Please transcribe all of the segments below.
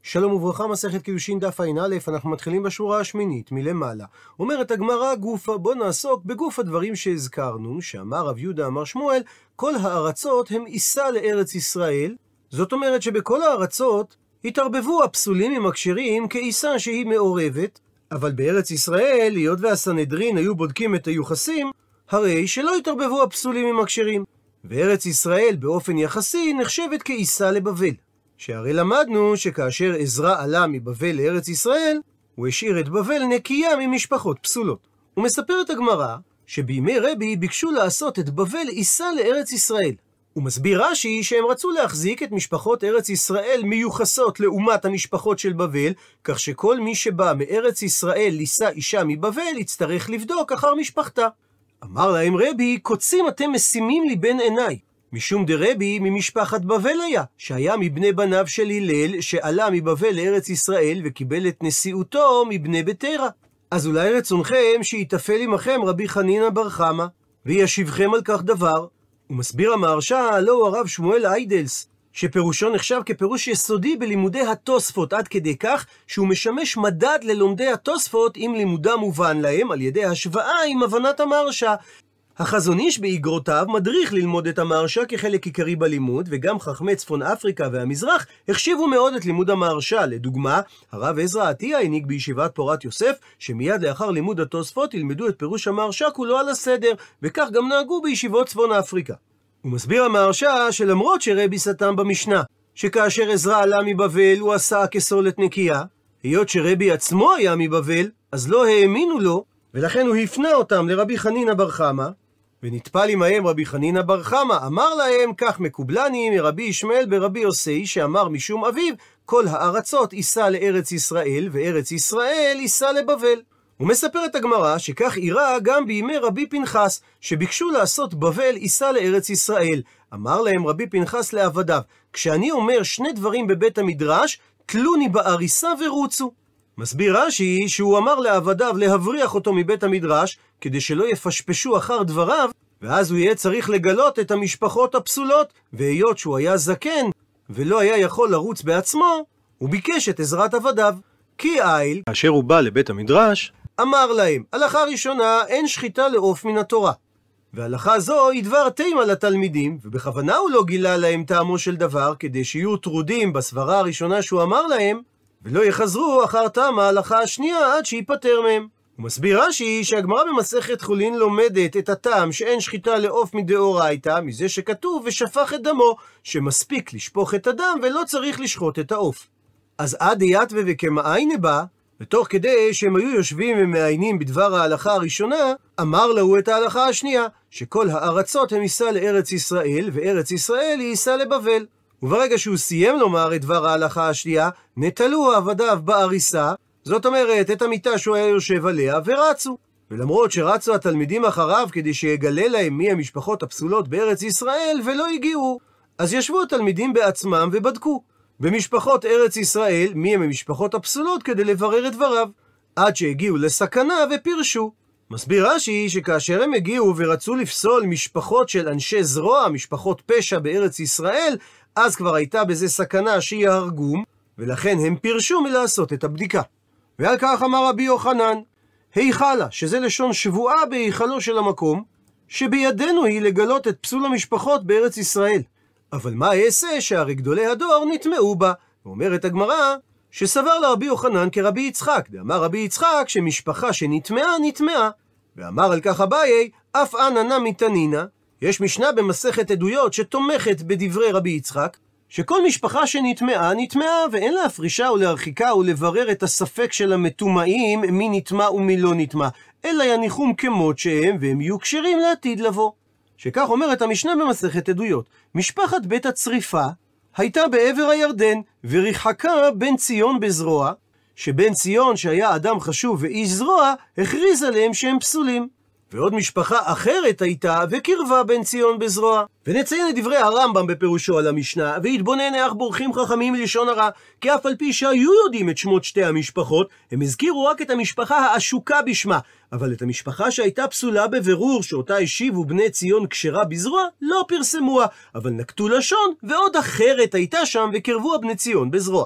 שלום וברכה, מסכת קידושין דף ע"א, אנחנו מתחילים בשורה השמינית מלמעלה. אומרת הגמרא גופה, בוא נעסוק בגוף הדברים שהזכרנו, שאמר רב יהודה אמר שמואל, כל הארצות הם עיסה לארץ ישראל. זאת אומרת שבכל הארצות התערבבו הפסולים עם הכשרים כעיסה שהיא מעורבת, אבל בארץ ישראל, היות והסנהדרין היו בודקים את היוחסים, הרי שלא התערבבו הפסולים עם הכשרים. וארץ ישראל באופן יחסי נחשבת כעיסה לבבל. שהרי למדנו שכאשר עזרא עלה מבבל לארץ ישראל, הוא השאיר את בבל נקייה ממשפחות פסולות. ומספרת הגמרא שבימי רבי ביקשו לעשות את בבל עיסה לארץ ישראל. הוא מסביר רש"י שהם רצו להחזיק את משפחות ארץ ישראל מיוחסות לעומת המשפחות של בבל, כך שכל מי שבא מארץ ישראל לישא אישה מבבל יצטרך לבדוק אחר משפחתה. אמר להם רבי, קוצים אתם משימים לי בין עיניי. משום דרבי ממשפחת בבל היה, שהיה מבני בניו של הלל, שעלה מבבל לארץ ישראל וקיבל את נשיאותו מבני ביתרא. אז אולי רצונכם שיתפל עמכם רבי חנינא בר חמא, וישיבכם על כך דבר. הוא מסביר המהרש"א, לא הוא הרב שמואל איידלס, שפירושו נחשב כפירוש יסודי בלימודי התוספות, עד כדי כך שהוא משמש מדד ללומדי התוספות אם לימודם מובן להם על ידי השוואה עם הבנת המהרש"א. החזון איש באיגרותיו מדריך ללמוד את המהרש"א כחלק עיקרי בלימוד, וגם חכמי צפון אפריקה והמזרח החשיבו מאוד את לימוד המהרש"א. לדוגמה, הרב עזרא עטיה הנהיג בישיבת פורת יוסף, שמיד לאחר לימוד התוספות ילמדו את פירוש המהרש"א כולו על הסדר, וכך גם נהגו בישיבות צפון אפריקה. הוא מסביר המהרש"א שלמרות שרבי סתם במשנה, שכאשר עזרא עלה מבבל הוא עשה כסולת נקייה, היות שרבי עצמו היה מבבל, אז לא האמינו לו, ולכן הוא הפנה אותם לרבי חנינא בר חמא, ונטפל עמהם רבי חנינא בר חמא, אמר להם, כך מקובלני מרבי ישמעאל ברבי יוסי, שאמר משום אביו, כל הארצות עיסה לארץ ישראל, וארץ ישראל עיסה לבבל. הוא מספר את הגמרא שכך אירע גם בימי רבי פנחס, שביקשו לעשות בבל עיסה לארץ ישראל. אמר להם רבי פנחס לעבדיו, כשאני אומר שני דברים בבית המדרש, תלוני באריסה ורוצו. מסביר רש"י שהוא אמר לעבדיו להבריח אותו מבית המדרש, כדי שלא יפשפשו אחר דבריו, ואז הוא יהיה צריך לגלות את המשפחות הפסולות, והיות שהוא היה זקן, ולא היה יכול לרוץ בעצמו, הוא ביקש את עזרת עבדיו. כי איל, כאשר הוא בא לבית המדרש, אמר להם, הלכה ראשונה, אין שחיטה לעוף מן התורה. והלכה זו היא דבר תימה לתלמידים, ובכוונה הוא לא גילה להם טעמו של דבר, כדי שיהיו טרודים בסברה הראשונה שהוא אמר להם, ולא יחזרו אחר טעם ההלכה השנייה עד שיפטר מהם. הוא מסביר רש"י שהגמרא במסכת חולין לומדת את הטעם שאין שחיטה לעוף מדאורייתא, מזה שכתוב ושפך את דמו, שמספיק לשפוך את הדם ולא צריך לשחוט את העוף. אז עד יתווה וכמעיינה בא, ותוך כדי שהם היו יושבים ומעיינים בדבר ההלכה הראשונה, אמר לו את ההלכה השנייה, שכל הארצות הם עיסה לארץ ישראל, וארץ ישראל היא עיסה לבבל. וברגע שהוא סיים לומר את דבר ההלכה השנייה, נטלו עבדיו באריסה, זאת אומרת את המיטה שהוא היה יושב עליה, ורצו. ולמרות שרצו התלמידים אחריו כדי שיגלה להם מי המשפחות הפסולות בארץ ישראל, ולא הגיעו, אז ישבו התלמידים בעצמם ובדקו במשפחות ארץ ישראל מי הם המשפחות הפסולות כדי לברר את דבריו, עד שהגיעו לסכנה ופירשו. מסביר רש"י שכאשר הם הגיעו ורצו לפסול משפחות של אנשי זרוע, משפחות פשע בארץ ישראל, אז כבר הייתה בזה סכנה שיהרגום, ולכן הם פירשו מלעשות את הבדיקה. ועל כך אמר רבי יוחנן, היכלה, שזה לשון שבועה בהיכלו של המקום, שבידינו היא לגלות את פסול המשפחות בארץ ישראל. אבל מה אעשה שהרי גדולי הדור נטמעו בה? ואומרת הגמרא שסבר לרבי יוחנן כרבי יצחק, דאמר רבי יצחק שמשפחה שנטמעה נטמעה. ואמר על כך אביי, אף אנא נמי תנינא, יש משנה במסכת עדויות שתומכת בדברי רבי יצחק, שכל משפחה שנטמעה נטמעה, ואין להפרישה ולהרחיקה ולברר את הספק של המטומאים מי נטמע ומי לא נטמע, אלא יניחום כמות שהם, והם יהיו כשרים לעתיד לבוא. שכך אומרת המשנה במסכת עדויות, משפחת בית הצריפה הייתה בעבר הירדן, וריחקה בן ציון בזרוע, שבן ציון שהיה אדם חשוב ואיש זרוע, הכריז עליהם שהם פסולים. ועוד משפחה אחרת הייתה, וקרבה בן ציון בזרוע. ונציין את דברי הרמב"ם בפירושו על המשנה, והתבונן איך בורחים חכמים מלשון הרע, כי אף על פי שהיו יודעים את שמות שתי המשפחות, הם הזכירו רק את המשפחה העשוקה בשמה, אבל את המשפחה שהייתה פסולה בבירור, שאותה השיבו בני ציון כשרה בזרוע, לא פרסמוה, אבל נקטו לשון, ועוד אחרת הייתה שם וקרבו בני ציון בזרוע.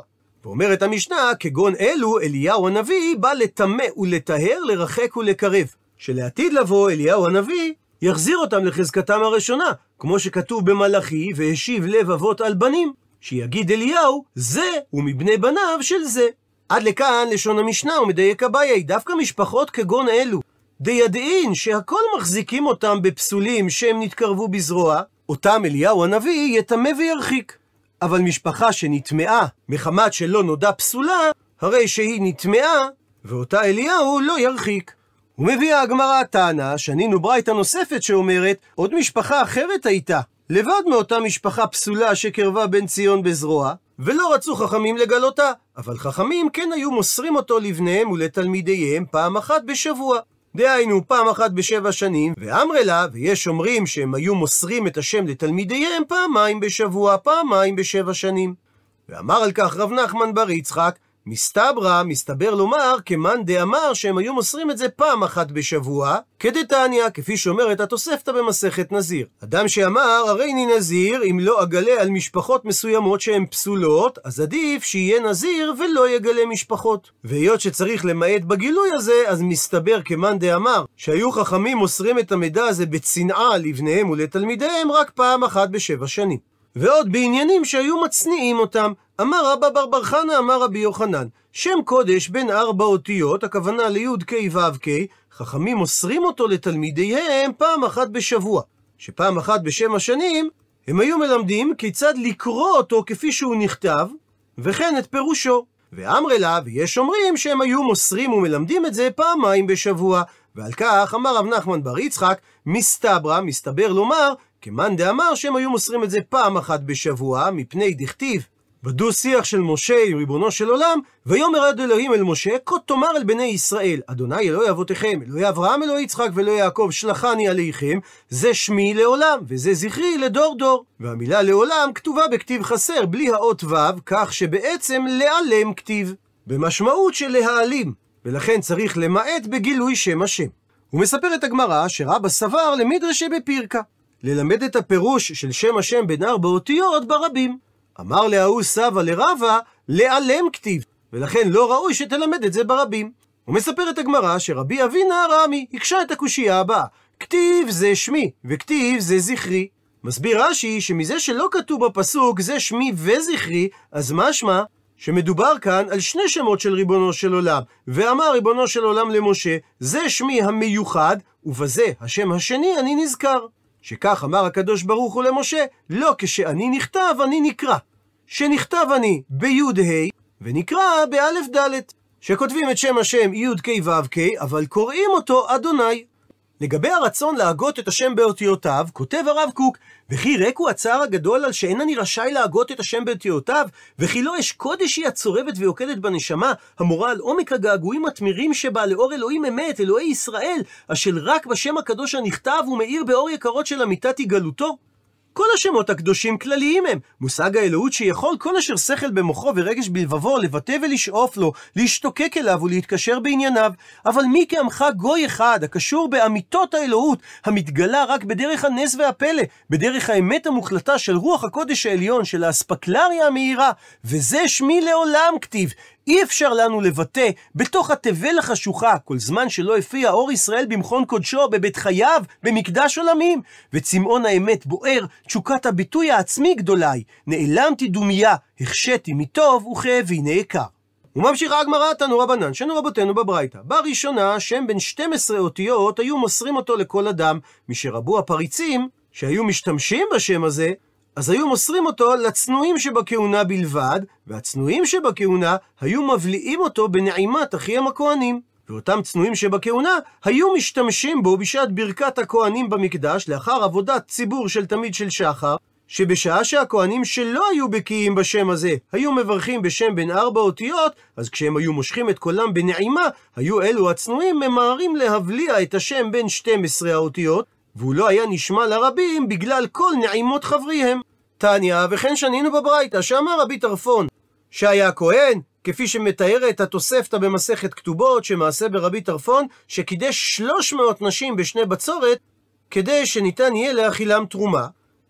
ואומרת המשנה, כגון אלו, אליהו הנביא בא לטמא ולטהר, לרחק ולקרב. שלעתיד לבוא, אליהו הנביא יחזיר אותם לחזקתם הראשונה, כמו שכתוב במלאכי, והשיב לב אבות על בנים. שיגיד אליהו, זה הוא מבני בניו של זה. עד לכאן לשון המשנה, ומדייק אביי, דווקא משפחות כגון אלו, דידעין שהכל מחזיקים אותם בפסולים שהם נתקרבו בזרוע, אותם אליהו הנביא יטמא וירחיק. אבל משפחה שנטמאה מחמת שלא נודע פסולה, הרי שהיא נטמאה, ואותה אליהו לא ירחיק. ומביאה הגמרא טענה, שנינו ברייתא נוספת שאומרת, עוד משפחה אחרת הייתה, לבד מאותה משפחה פסולה שקרבה בן ציון בזרוע, ולא רצו חכמים לגלותה, אבל חכמים כן היו מוסרים אותו לבניהם ולתלמידיהם פעם אחת בשבוע. דהיינו פעם אחת ב7 שנים, ואמרי לה, ויש אומרים שהם היו מוסרים את השם לתלמידיהם פעמיים בשבוע, פעמיים ב7 שנים. ואמר על כך רב נחמן בר יצחק, מסתבר לומר כמאן דאמר שהם היו מוסרים את זה פעם אחת בשבוע, כדתניא, כפי שאומרת התוספתא במסכת נזיר. אדם שאמר, הרי אני נזיר, אם לא אגלה על משפחות מסוימות שהן פסולות, אז עדיף שיהיה נזיר ולא יגלה משפחות. והיות שצריך למעט בגילוי הזה, אז מסתבר כמאן דאמר, שהיו חכמים מוסרים את המידע הזה בצנעה לבניהם ולתלמידיהם רק פעם אחת ב7 שנים. ועוד בעניינים שהיו מצניעים אותם. אמר רבא בר בר חנא, אמר רבי יוחנן, שם קודש בין 4 אותיות, הכוונה לי' ק' ו' ק', חכמים מוסרים אותו לתלמידיהם פעם אחת בשבוע, שפעם אחת ב7 שנים הם היו מלמדים כיצד לקרוא אותו כפי שהוא נכתב, וכן את פירושו. ואמרי לה, ויש אומרים שהם היו מוסרים ומלמדים את זה פעמיים בשבוע, ועל כך אמר רב נחמן בר יצחק, מסתבר לומר, כמאן דאמר שהם היו מוסרים את זה פעם אחת בשבוע, מפני דכתיב בדו שיח של משה עם ריבונו של עולם, ויאמר עד אלוהים אל משה, כה תאמר אל בני ישראל, אדוני אלוהי אבותיכם, אלוהי אברהם, אלוהי יצחק ואלוהי יעקב, שלחני עליכם, זה שמי לעולם, וזה זכרי לדור דור. והמילה לעולם כתובה בכתיב חסר, בלי האות ו', כך שבעצם לעלם כתיב, במשמעות של להעלים, ולכן צריך למעט בגילוי שם השם. הוא מספר את הגמרא שרבא סבר למדרשי בפירקה, ללמד את הפירוש של שם השם בין 4 אותיות ברבים. אמר להוא סבא לרבא, לעלם כתיב, ולכן לא ראוי שתלמד את זה ברבים. הוא מספר את הגמרא שרבי אבינה הרמי הקשה את הקושייה הבאה, כתיב זה שמי, וכתיב זה זכרי. מסביר רש"י שמזה שלא כתוב בפסוק זה שמי וזכרי, אז משמע שמדובר כאן על 2 שמות של ריבונו של עולם, ואמר ריבונו של עולם למשה, זה שמי המיוחד, ובזה השם השני אני נזכר. שכך אמר הקדוש ברוך הוא למשה, לא כשאני נכתב אני נקרא, שנכתב אני בי"ה ונקרא באלף ד', שכותבים את שם השם י' ק' ו' ק', אבל קוראים אותו אדוני. לגבי הרצון להגות את השם באותיותיו, כותב הרב קוק, וכי רקו הצער הגדול על שאין אני רשאי להגות את השם באותיותיו, וכי לא אש קודש היא הצורבת ויוקדת בנשמה, המורה על עומק הגעגועים התמירים שבה לאור אלוהים אמת, אלוהי ישראל, אשר רק בשם הקדוש הנכתב ומאיר באור יקרות של אמיתת היגלותו. כל השמות הקדושים כלליים הם מושג האלוהות שיכול כל אשר שכל במוחו ורגש בלבבו לבטא ולשאוף לו, להשתוקק אליו ולהתקשר בענייניו. אבל מי כעמך גוי אחד הקשור באמיתות האלוהות, המתגלה רק בדרך הנס והפלא, בדרך האמת המוחלטה של רוח הקודש העליון, של האספקלריה המהירה, וזה שמי לעולם כתיב. אי אפשר לנו לבטא בתוך התבל החשוכה, כל זמן שלא הפיע אור ישראל במכון קודשו, בבית חייו, במקדש עולמים. וצמאון האמת בוער, תשוקת הביטוי העצמי גדולי, נעלמתי דומיה, הכשתי מטוב וכאבי נעקר. וממשיכה הגמרא, תנו רבנן, שנו רבותינו בברייתא. בראשונה, שם בין 12 אותיות היו מוסרים אותו לכל אדם, משרבו הפריצים שהיו משתמשים בשם הזה, אז היו מוסרים אותו לצנועים שבכהונה בלבד, והצנועים שבכהונה היו מבליעים אותו בנעימת אחים הכהנים. ואותם צנועים שבכהונה היו משתמשים בו בשעת ברכת הכהנים במקדש, לאחר עבודת ציבור של תמיד של שחר, שבשעה שהכהנים שלא היו בקיאים בשם הזה היו מברכים בשם בין 4 אותיות, אז כשהם היו מושכים את קולם בנעימה, היו אלו הצנועים ממהרים להבליע את השם בין 12 האותיות, והוא לא היה נשמע לרבים בגלל כל נעימות חבריהם. תניא, וכן שנינו בברייתא, שאמר רבי טרפון שהיה כהן, כפי שמתארת התוספתא במסכת כתובות, שמעשה ברבי טרפון, שקידש 300 נשים בשני בצורת, כדי שניתן יהיה להאכילם תרומה.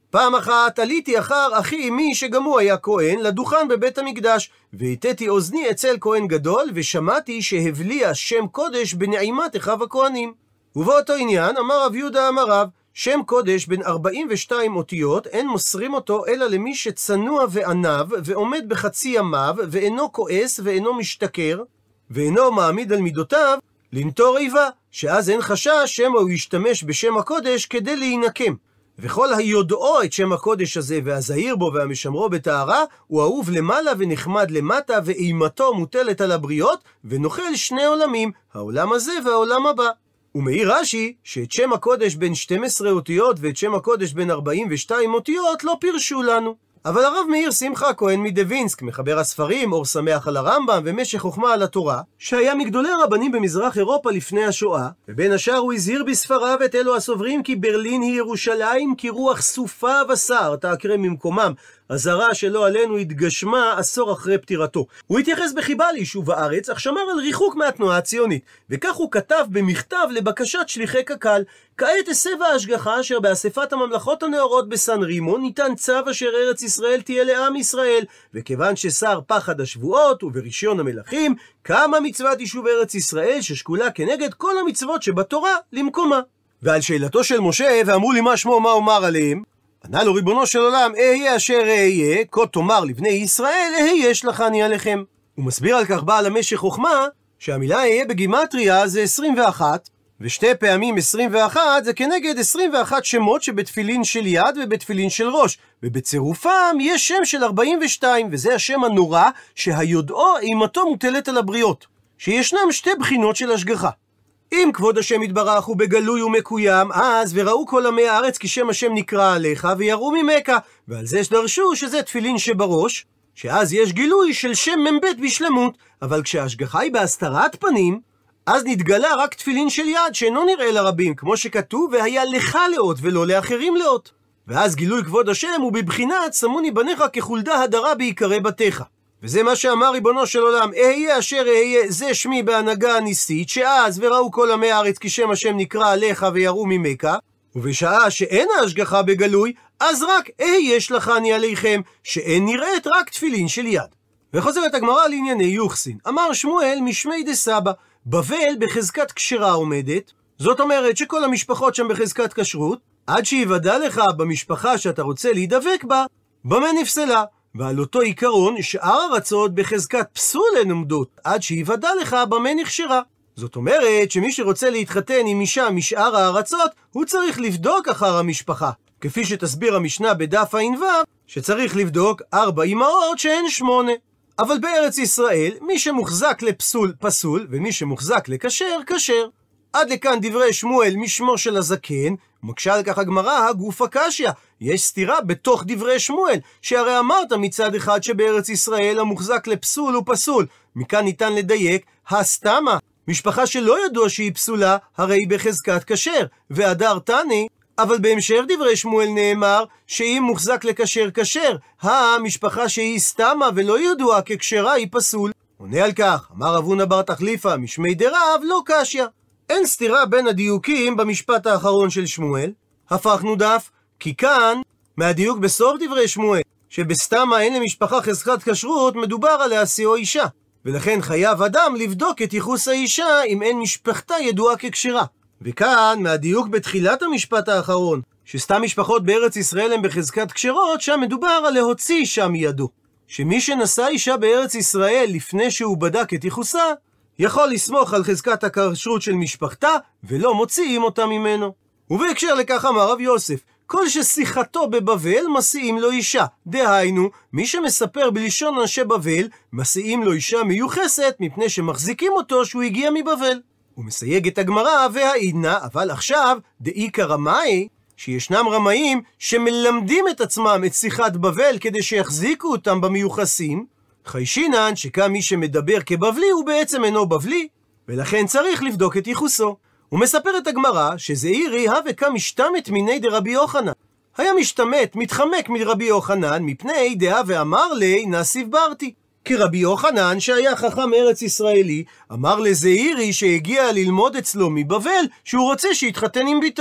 פעם אחת עליתי אחר אחי אמי שגם הוא היה כהן לדוכן בבית המקדש, והטתי אוזני אצל כהן גדול, ושמעתי שהבליע שם קודש בנעימת אחיו הכהנים. ובאותו עניין אמר רב יהודה אמר רב, שם קודש בין 42 אותיות אין מוסרים אותו אלא למי שצנוע וענב ועומד בחצי ימיו ואינו כועס ואינו משתכר ואינו מעמיד על מידותיו לנטור איבה, שאז אין חשש שמא הוא ישתמש בשם הקודש כדי להינקם. וכל היודעו את שם הקודש הזה והזהיר בו והמשמרו בטהרה הוא אהוב למעלה ונחמד למטה, ואימתו מוטלת על הבריות, ונוכל שני עולמים, העולם הזה והעולם הבא. ומעיר רש"י שאת שם הקודש בין 12 אותיות ואת שם הקודש בין 42 אותיות לא פירשו לנו. אבל הרב מאיר שמחה כהן מדווינסק, מחבר הספרים, אור שמח על הרמב"ם ומשך חוכמה על התורה, שהיה מגדולי הרבנים במזרח אירופה לפני השואה, ובין השאר הוא הזהיר בספריו את אלו הסוברים כי ברלין היא ירושלים כרוח סופה ושר, תעקרם ממקומם. הזרה שלא עלינו התגשמה עשור אחרי פטירתו. הוא התייחס בחיבה ליישוב הארץ, אך שמר על ריחוק מהתנועה הציונית, וכך הוא כתב במכתב לבקשת שליחי קק"ל: כעת הסב ההשגחה אשר באספת הממלכות הנאורות בסן רימו ניתן צו אשר ארץ ישראל תהיה לעם ישראל, וכיוון ששר פחד השבועות וברישיון המלכים, קמה מצוות יישוב ארץ ישראל ששקולה כנגד כל המצוות שבתורה למקומה. ועל שאלתו של משה ואמרו לי מה שמו מה אומר עליהם, ענה לו ריבונו של עולם, אהיה אשר אהיה, כה תאמר לבני ישראל, אהיה שלחני עליכם. הוא מסביר על כך בעל המשך חוכמה, שהמילה אהיה בגימטריה זה 21, ושתי פעמים 21 זה כנגד 21 שמות שבתפילין של יד ובתפילין של ראש, ובצירופם יש שם של 42, וזה השם הנורא שהיודעו אימתו מוטלת על הבריות, שישנם שתי בחינות של השגחה. אם כבוד השם יתברך הוא בגלוי ומקוים, אז וראו כל עמי הארץ כי שם השם נקרא עליך ויראו ממך, ועל זה שדרשו שזה תפילין שבראש, שאז יש גילוי של שם מ"ב בשלמות. אבל כשההשגחה היא בהסתרת פנים, אז נתגלה רק תפילין של יד שאינו נראה לרבים, כמו שכתוב והיה לך לאות ולא לאחרים לאות. ואז גילוי כבוד השם הוא בבחינת שמוני בניך כחולדה הדרה בעיקרי בתיך. וזה מה שאמר ריבונו של עולם, אהיה אשר אהיה, זה שמי בהנהגה הניסית, שאז וראו כל עמי הארץ כי שם השם נקרא עליך ויראו ממך, ובשעה שאין ההשגחה בגלוי, אז רק אהיה שלחני עליכם, שאין נראית רק תפילין של יד. וחוזרת הגמרא לענייני יוחסין, אמר שמואל משמי דסבא, בבל בחזקת כשרה עומדת, זאת אומרת שכל המשפחות שם בחזקת כשרות, עד שיוודע לך במשפחה שאתה רוצה להידבק בה, במה נפסלה. ועל אותו עיקרון שאר ארצות בחזקת פסול הן עומדות, עד שיוודע לך במה נכשרה. זאת אומרת שמי שרוצה להתחתן עם אישה משאר הארצות, הוא צריך לבדוק אחר המשפחה, כפי שתסביר המשנה בדף ע"ו, שצריך לבדוק 4 אמהות שהן 8. אבל בארץ ישראל, מי שמוחזק לפסול פסול, ומי שמוחזק לכשר כשר. עד לכאן דברי שמואל משמו של הזקן. מקשה על כך הגמרא, הגופה קשיא, יש סתירה בתוך דברי שמואל, שהרי אמרת מצד אחד שבארץ ישראל המוחזק לפסול הוא פסול, מכאן ניתן לדייק, הסתמה, משפחה שלא ידוע שהיא פסולה, הרי היא בחזקת כשר, והדר תני, אבל בהמשך דברי שמואל נאמר, שאם מוחזק לכשר כשר, המשפחה שהיא סתמה ולא ידוע ככשרה היא פסול. עונה על כך, אמר רב הונא בר תחליפא משמי דרב לא קשיא. אין סתירה בין הדיוקים במשפט האחרון של שמואל. הפכנו דף, כי כאן, מהדיוק בסוף דברי שמואל, שבסתמה אין למשפחה חזקת כשרות, מדובר על להשיאו אישה, ולכן חייב אדם לבדוק את ייחוס האישה אם אין משפחתה ידועה ככשרה. וכאן, מהדיוק בתחילת המשפט האחרון, שסתם משפחות בארץ ישראל הן בחזקת כשרות, שם מדובר על להוציא אישה מידו. שמי שנשא אישה בארץ ישראל לפני שהוא בדק את ייחוסה, יכול לסמוך על חזקת הכשרות של משפחתה, ולא מוציאים אותה ממנו. ובהקשר לכך אמר רב יוסף, כל ששיחתו בבבל משיאים לו אישה. דהיינו, מי שמספר בלשון אנשי בבל, משיאים לו אישה מיוחסת, מפני שמחזיקים אותו שהוא הגיע מבבל. הוא מסייג את הגמרא והעידנה, אבל עכשיו, דאיקה רמאי, שישנם רמאים שמלמדים את עצמם את שיחת בבל כדי שיחזיקו אותם במיוחסים, חיישינן שכם מי שמדבר כבבלי הוא בעצם אינו בבלי, ולכן צריך לבדוק את ייחוסו. הוא מספר את הגמרא שזעירי הווה כמשתמת מיני דרבי יוחנן. היה משתמת, מתחמק מרבי יוחנן, מפני דעה ואמר לי נסיב ברתי. כי רבי יוחנן שהיה חכם ארץ ישראלי, אמר לזעירי שהגיע ללמוד אצלו מבבל שהוא רוצה שיתחתן עם ביתו.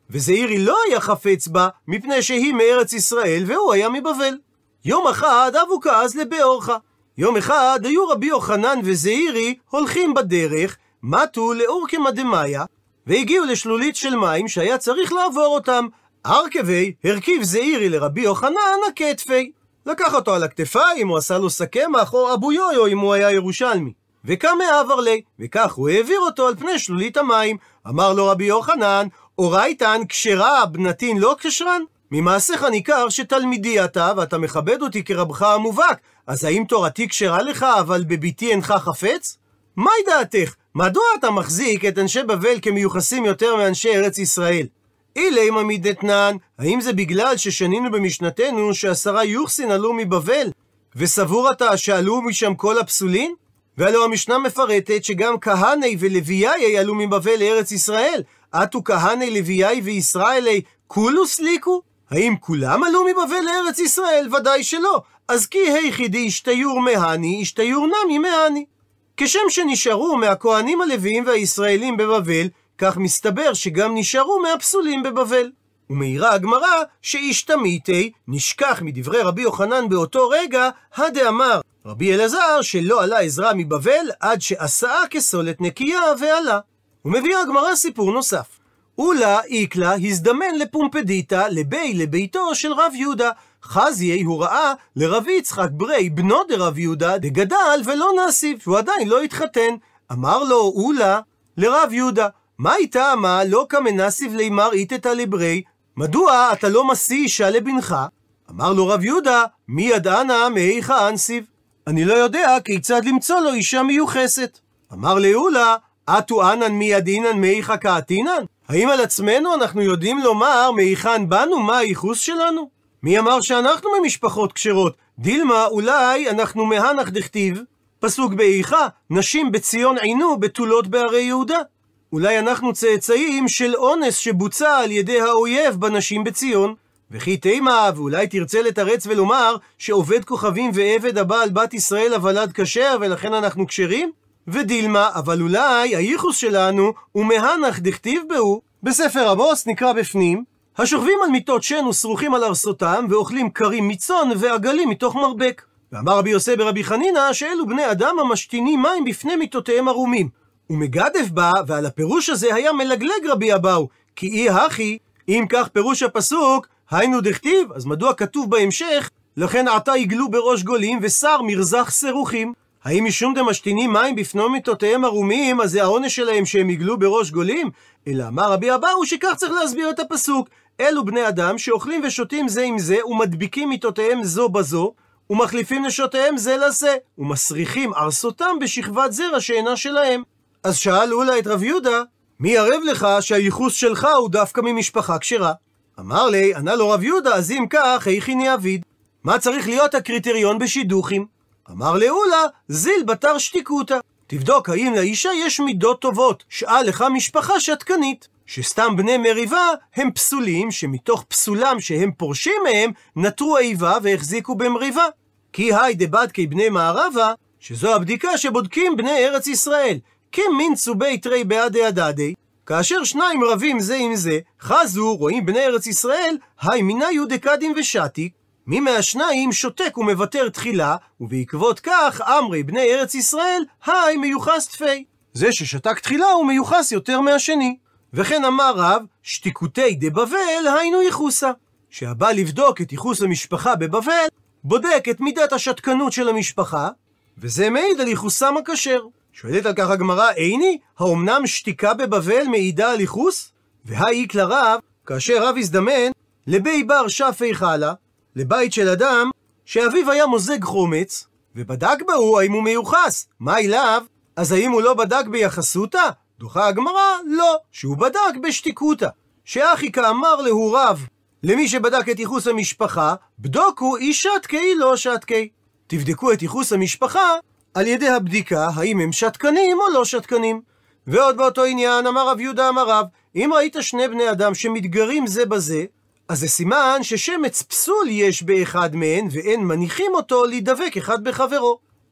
וזעירי לא היה חפץ בה, מפני שהיא מארץ ישראל והוא היה מבבל. יום אחד אבו כעס לבאורחה. יום אחד היו רבי יוחנן וזעירי הולכים בדרך, מתו לאורקמא דמאיה, והגיעו לשלולית של מים שהיה צריך לעבור אותם. הרכבי הרכיב זעירי לרבי יוחנן הכתפי. לקח אותו על הכתפיים, הוא עשה לו סכמח או אבו יויו אם הוא היה ירושלמי. וקם מעבר לי, וכך הוא העביר אותו על פני שלולית המים. אמר לו רבי יוחנן, אורייתן כשרה בנתין לא כשרן? ממעשיך ניכר שתלמידי אתה ואתה מכבד אותי כרבך המובהק, אז האם תורתי כשרה לך אבל בביתי אינך חפץ? מהי דעתך? מדוע אתה מחזיק את אנשי בבל כמיוחסים יותר מאנשי ארץ ישראל? אילי ממי דתנן, האם זה בגלל ששנינו במשנתנו ש10 יוחסין עלו מבבל, וסבור אתה שעלו משם כל הפסולין? והלוא המשנה מפרטת שגם כהני ולוויי עלו מבבל לארץ ישראל. עתו כהני לוויי וישראלי כולו סליקו? האם כולם עלו מבבל לארץ ישראל? ודאי שלא. אז כי היחידי השתיור מהני, השתיור נמי מהני. כשם שנשארו מהכהנים הלוויים והישראלים בבבל, כך מסתבר שגם נשארו מהפסולים בבבל. ומעירה הגמרא שהשתמיתי נשכח מדברי רבי יוחנן באותו רגע, הדאמר רבי אלעזר שלא עלה עזרא מבבל עד שעשה כסולת נקייה ועלה. ומביאה הגמרא סיפור נוסף. אולה איקלה הזדמן לפומפדיטה לביתו של רב יהודה. חזיי הוא ראה לרב יצחק ברי בנו דרב יהודה דגדל ולא נסיב, שהוא עדיין לא התחתן. אמר לו אולה לרב יהודה, מה איתה מה לא כמנסיב לימר איתתה לברי? מדוע אתה לא משיא אישה לבנך? אמר לו רב יהודה, מי ידענה מאיכה אנסיב? אני לא יודע כיצד למצוא לו אישה מיוחסת. אמר לאולה, אתו אנן מי ידעינן מאיכה קעתינן? האם על עצמנו אנחנו יודעים לומר מאיכן באנו, מה הייחוס שלנו? מי אמר שאנחנו ממשפחות כשרות? דילמה אולי אנחנו מהנח דכתיב, פסוק באיכה, נשים בציון עינו בתולות בערי יהודה. אולי אנחנו צאצאים של אונס שבוצע על ידי האויב בנשים בציון. וכי תימה, ואולי תרצה לתרץ ולומר שעובד כוכבים ועבד הבעל בת ישראל הוולד כשר ולכן אנחנו כשרים? ודילמה, אבל אולי הייחוס שלנו הוא מהנח דכתיב בהו. בספר עמוס נקרא בפנים, השוכבים על מיטות שן וסרוכים על ארסותם ואוכלים קרים מצאן ועגלים מתוך מרבק. ואמר רבי יוסי ברבי חנינא שאלו בני אדם המשתינים מים בפני מיטותיהם ערומים. ומגדף בה, ועל הפירוש הזה היה מלגלג רבי אבאו, כי אי הכי, אם כך פירוש הפסוק, היינו דכתיב, אז מדוע כתוב בהמשך, לכן עתה יגלו בראש גולים ושר מרזח סירוחים? האם משום דמשתינים מים בפני מיטותיהם ערומים, אז זה העונש שלהם שהם יגלו בראש גולים? אלא אמר רבי אבאו שכך צריך להסביר את הפסוק, אלו בני אדם שאוכלים ושותים זה עם זה, ומדביקים מיטותיהם זו בזו, ומחליפים נשותיהם זה לזה, ומסריחים ארסותם בשכבת זרע שאינה שלהם. אז שאל אולה את רב יהודה, מי ערב לך שהייחוס שלך הוא דווקא ממשפחה כשרה? אמר לי, ענה לו רב יהודה, אז אם כך, היכיני אביד. מה צריך להיות הקריטריון בשידוכים? אמר לאולה, זיל בתר שתיקותא. תבדוק האם לאישה יש מידות טובות, שאל לך משפחה שתקנית. שסתם בני מריבה הם פסולים, שמתוך פסולם שהם פורשים מהם, נטרו איבה והחזיקו במריבה. כי היי דבדקי בני מערבה, שזו הבדיקה שבודקים בני ארץ ישראל. כמין צובי תרי בעדי הדדי, כאשר שניים רבים זה עם זה, חזו רואים בני ארץ ישראל, היי מיניו דקדים ושתיק, מי מהשניים שותק ומוותר תחילה, ובעקבות כך אמרי בני ארץ ישראל, היי מיוחס תפי. זה ששתק תחילה הוא מיוחס יותר מהשני. וכן אמר רב, שתיקותי דבבל היינו ייחוסה. שהבא לבדוק את ייחוס המשפחה בבבל, בודק את מידת השתקנות של המשפחה, וזה מעיד על ייחוסם הכשר. שואלת על כך הגמרא, איני, האומנם שתיקה בבבל מעידה על ייחוס? והאיק לרב, כאשר רב הזדמן, לבי בר שפי חלה, לבית של אדם, שאביו היה מוזג חומץ, ובדק בהו האם הוא מיוחס. מה אליו? אז האם הוא לא בדק ביחסותא? דוחה הגמרא, לא, שהוא בדק בשתיקותא. שאחי כאמר להו רב, למי שבדק את ייחוס המשפחה, בדוקו אי שתקי לא שתקי. תבדקו את ייחוס המשפחה, על ידי הבדיקה, האם הם שתקנים או לא שתקנים. ועוד באותו עניין, אמר רב יהודה אמר רב, אם ראית שני בני אדם שמתגרים זה בזה, אז זה סימן ששמץ פסול יש באחד מהן, ואין מניחים אותו להידבק אחד בחברו.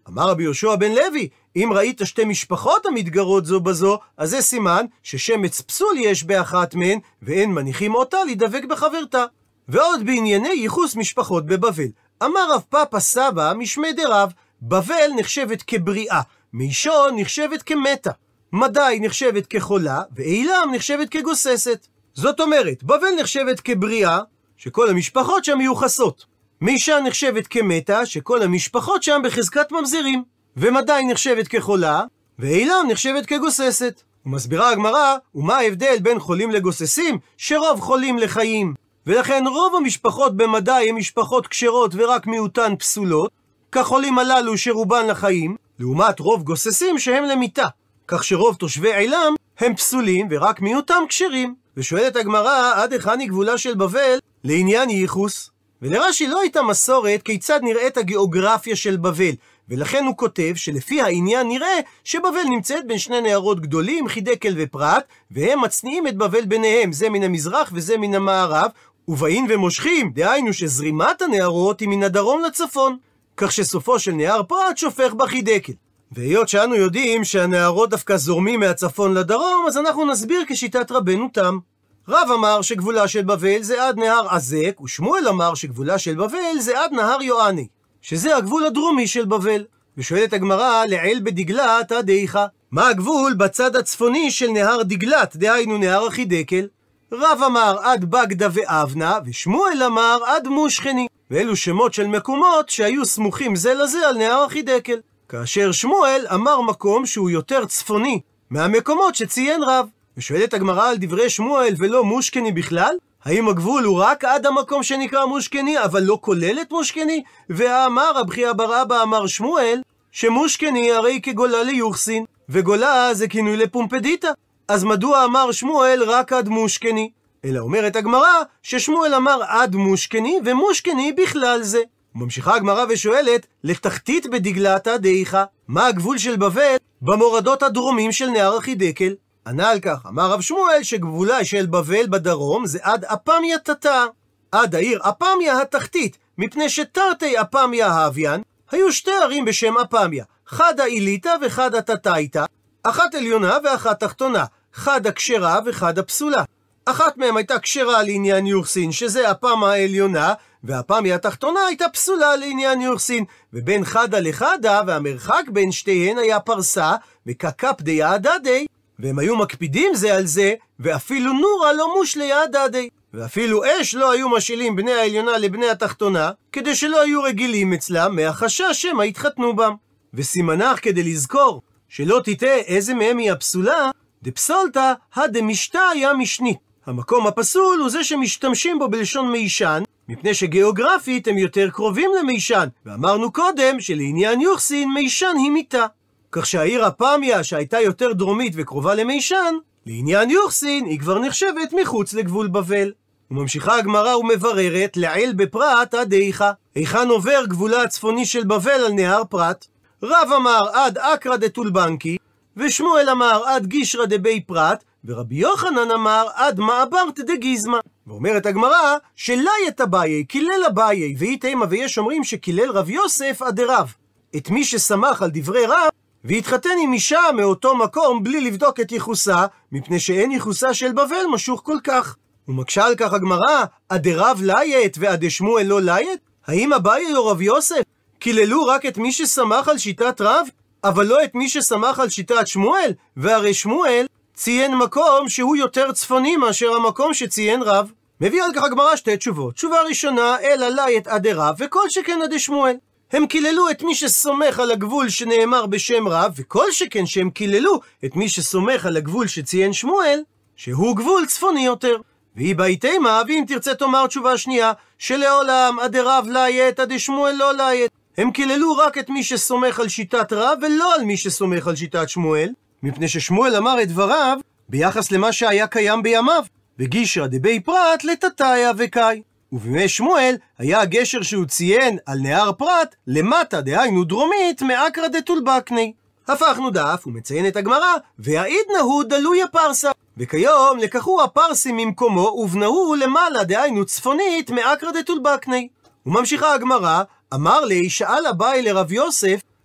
אמר רבי יהושע בן לוי, אם ראית שתי משפחות המתגרות זו בזו, אז זה סימן ששמץ פסול יש באחת מהן, ואין מניחים אותה לדבק בחברתה. ועוד בענייני ייחוס משפחות בבבל. אמר רב פאפא סבא משמי דרב, בבל נחשבת כבריאה, מישון נחשבת כמתה, מדי נחשבת כחולה, ואילם נחשבת כגוססת. זאת אומרת, בבל נחשבת כבריאה, שכל המשפחות שם מיוחסות. מישן נחשבת כמתה, שכל המשפחות שם בחזקת ממזירים. ומדי נחשבת כחולה, ואילם נחשבת כגוססת. ומסבירה הגמרא, ומה ההבדל בין חולים לגוססים? שרוב חולים לחיים. ולכן רוב המשפחות במדי הן משפחות כשרות ורק מיעוטן פסולות, כחולים הללו שרובן לחיים, לעומת רוב גוססים שהם למיתה. כך שרוב תושבי עילם הם פסולים ורק מיעוטם כשרים. ושואלת הגמרא, עד היכן היא גבולה של בבל לעניין ייחוס? ולרש"י לא הייתה מסורת כיצד נראית הגיאוגרפיה של בבל, ולכן הוא כותב שלפי העניין נראה שבבל נמצאת בין שני נהרות גדולים, חידקל ופרת, והם מצניעים את בבל ביניהם, זה מן המזרח וזה מן המערב, ובאים ומושכים, דהיינו שזרימת הנהרות היא מן הדרום לצפון, כך שסופו של נהר פרת שופך בחידקל. והיות שאנו יודעים שהנהרות דווקא זורמים מהצפון לדרום, אז אנחנו נסביר כשיטת רבנו תם. רב אמר שגבולה של בבל זה עד נהר עזק, ושמואל אמר שגבולה של בבל זה עד נהר יואני, שזה הגבול הדרומי של בבל. ושואלת הגמרא, לעיל בדגלת עד איכה? מה הגבול בצד הצפוני של נהר דגלת, דהיינו נהר החידקל? רב אמר עד בגדה ואבנה, ושמואל אמר עד מושכני. ואלו שמות של מקומות שהיו סמוכים זה לזה על נהר החידקל. כאשר שמואל אמר מקום שהוא יותר צפוני מהמקומות שציין רב. ושואלת הגמרא על דברי שמואל ולא מושכני בכלל? האם הגבול הוא רק עד המקום שנקרא מושכני, אבל לא כולל את מושכני? והאמר רב חייא בר אבא אמר שמואל, שמושכני הרי כגולה ליוחסין, וגולה זה כינוי לפומפדיטה. אז מדוע אמר שמואל רק עד מושכני? אלא אומרת הגמרא ששמואל אמר עד מושכני, ומושכני בכלל זה. וממשיכה הגמרא ושואלת, לתחתית בדגלתא דאיכה? מה הגבול של בבל במורדות הדרומים של נהר החידקל? ענה על כך, אמר רב שמואל שגבולה של בבל בדרום זה עד אפמיה תתא, עד העיר אפמיה התחתית, מפני שתרתי אפמיה האביין, היו שתי ערים בשם אפמיה, חדה איליתא וחדה תתאיתא, אחת עליונה ואחת תחתונה, חדה כשרה וחדה פסולה. אחת מהם הייתה כשרה לעניין יוחסין, שזה אפמה העליונה, והפמיה התחתונה הייתה פסולה לעניין יוחסין, ובין חדה לחדה, והמרחק בין שתיהן היה פרסה, וכקפ דיה דדי, והם היו מקפידים זה על זה, ואפילו נורה לא מושלי דדי, ואפילו אש לא היו משאילים בני העליונה לבני התחתונה, כדי שלא היו רגילים אצלם מהחשש שמה התחתנו בם. וסימנך כדי לזכור שלא תטעה איזה מהם היא הפסולה, דפסולתא הדמשתא היה משנית. המקום הפסול הוא זה שמשתמשים בו בלשון מישן, מפני שגיאוגרפית הם יותר קרובים למישן, ואמרנו קודם שלעניין יוחסין מישן היא מיתה. כך שהעיר אפמיה שהייתה יותר דרומית וקרובה למישן, לעניין יוחסין היא כבר נחשבת מחוץ לגבול בבל. וממשיכה הגמרא ומבררת לעיל בפרת עד איכה? היכן עובר גבולה הצפוני של בבל על נהר פרת? רב אמר עד אקרא דטולבנקי, ושמואל אמר עד גישרא דבי פרת, ורבי יוחנן אמר עד מעברת דגיזמה. ואומרת הגמרא שלית אביי, קילל אביי, ואיתמה ויש אומרים שקילל רב יוסף עד רב, את מי שסמך על דברי רב, והתחתן עם אישה מאותו מקום בלי לבדוק את ייחוסה, מפני שאין ייחוסה של בבל משוך כל כך. ומקשה על כך הגמרא, עד רב ליית ועד שמואל לא ליית? האם אביי או רב יוסף קיללו רק את מי שסמך על שיטת רב, אבל לא את מי שסמך על שיטת שמואל? והרי שמואל ציין מקום שהוא יותר צפוני מאשר המקום שציין רב. מביא על כך הגמרא שתי תשובות. תשובה ראשונה, אלא ליית עד רב, וכל שכן עד שמואל. הם קיללו את מי שסומך על הגבול שנאמר בשם רב, וכל שכן שהם קיללו את מי שסומך על הגבול שציין שמואל, שהוא גבול צפוני יותר. והיא בהיתמה, ואם תרצה תאמר תשובה שנייה, שלעולם עד רב ליית עד שמואל לא ליית. הם קיללו רק את מי שסומך על שיטת רב, ולא על מי שסומך על שיטת שמואל, מפני ששמואל אמר את דבריו ביחס למה שהיה קיים בימיו, וגישרא דבי פרת לתתאיה וקאי. ובימי שמואל היה הגשר שהוא ציין על נהר פרת למטה, דהיינו דרומית, מאקרא דטולבקני. הפכנו דף ומציין את הגמרא, והעידנא הוא דלוי הפרסה, וכיום לקחו הפרסים ממקומו ובנהו למעלה, דהיינו צפונית, מאקרא דטולבקני. וממשיכה הגמרא, אמר לי, שאל אביי לרב יוסף,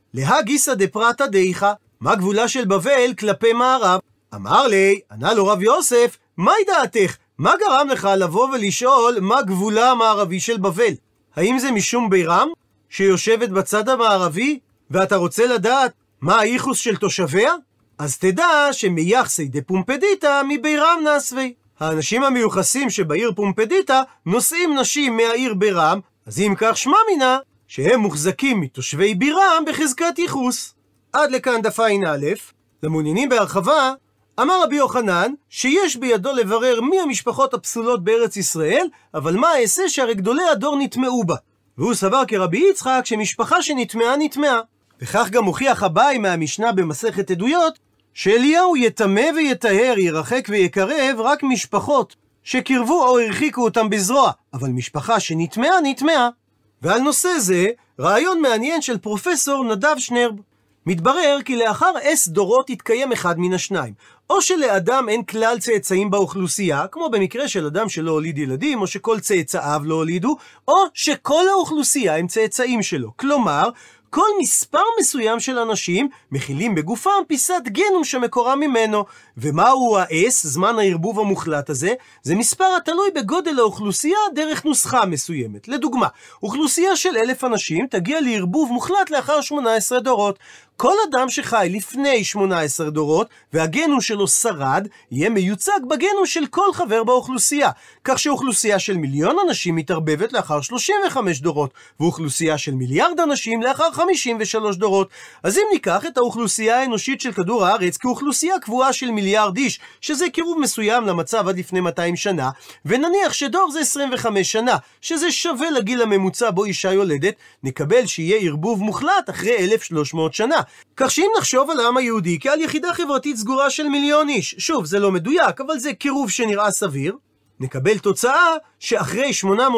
לה גיסא דפרטה דאיכא, מה גבולה של בבל כלפי מערב? אמר לי, ענה לו רב יוסף, מהי דעתך? מה גרם לך לבוא ולשאול מה גבולה המערבי של בבל? האם זה משום בירם שיושבת בצד המערבי, ואתה רוצה לדעת מה הייחוס של תושביה? אז תדע שמייחסי דפומפדיתא מבירם נסווי. האנשים המיוחסים שבעיר פומפדיתא נושאים נשים מהעיר בירם, אז אם כך שמע מינה שהם מוחזקים מתושבי בירם בחזקת ייחוס. עד לכאן דף ע"א. למעוניינים בהרחבה, אמר רבי יוחנן שיש בידו לברר מי המשפחות הפסולות בארץ ישראל, אבל מה אעשה שהרי גדולי הדור נטמעו בה. והוא סבר כרבי יצחק שמשפחה שנטמעה נטמעה. וכך גם הוכיח אביי מהמשנה במסכת עדויות, שאליהו יטמא ויטהר, ירחק ויקרב רק משפחות שקרבו או הרחיקו אותם בזרוע, אבל משפחה שנטמעה נטמעה. ועל נושא זה רעיון מעניין של פרופסור נדב שנרב. מתברר כי לאחר 10 דורות יתקיים אחד מן השניים. או שלאדם אין כלל צאצאים באוכלוסייה, כמו במקרה של אדם שלא הוליד ילדים, או שכל צאצאיו לא הולידו, או שכל האוכלוסייה הם צאצאים שלו. כלומר, כל מספר מסוים של אנשים מכילים בגופם פיסת גנום שמקורה ממנו. ומהו האס, זמן הערבוב המוחלט הזה? זה מספר התלוי בגודל האוכלוסייה דרך נוסחה מסוימת. לדוגמה, אוכלוסייה של 1,000 אנשים תגיע לערבוב מוחלט לאחר 18 דורות. כל אדם שחי לפני 18 דורות והגנום שלו שרד, יהיה מיוצג בגנום של כל חבר באוכלוסייה. כך שאוכלוסייה של 1,000,000 אנשים מתערבבת לאחר 35 דורות, ואוכלוסייה של 1,000,000,000 אנשים לאחר 53 דורות. אז אם ניקח את האוכלוסייה האנושית של כדור הארץ כאוכלוסייה קבועה של 1,000,000,000 איש, שזה קירוב מסוים למצב עד לפני 200 שנה, ונניח שדור זה 25 שנה, שזה שווה לגיל הממוצע בו אישה יולדת, נקבל שיהיה ערבוב מוחלט אחרי 1,300 שנה. כך שאם נחשוב על העם היהודי כעל יחידה חברתית סגורה של 1,000,000 איש, שוב, זה לא מדויק, אבל זה קירוב שנראה סביר, נקבל תוצאה שאחרי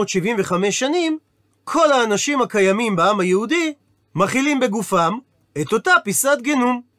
875 שנים, כל האנשים הקיימים בעם היהודי מכילים בגופם את אותה פיסת גנום.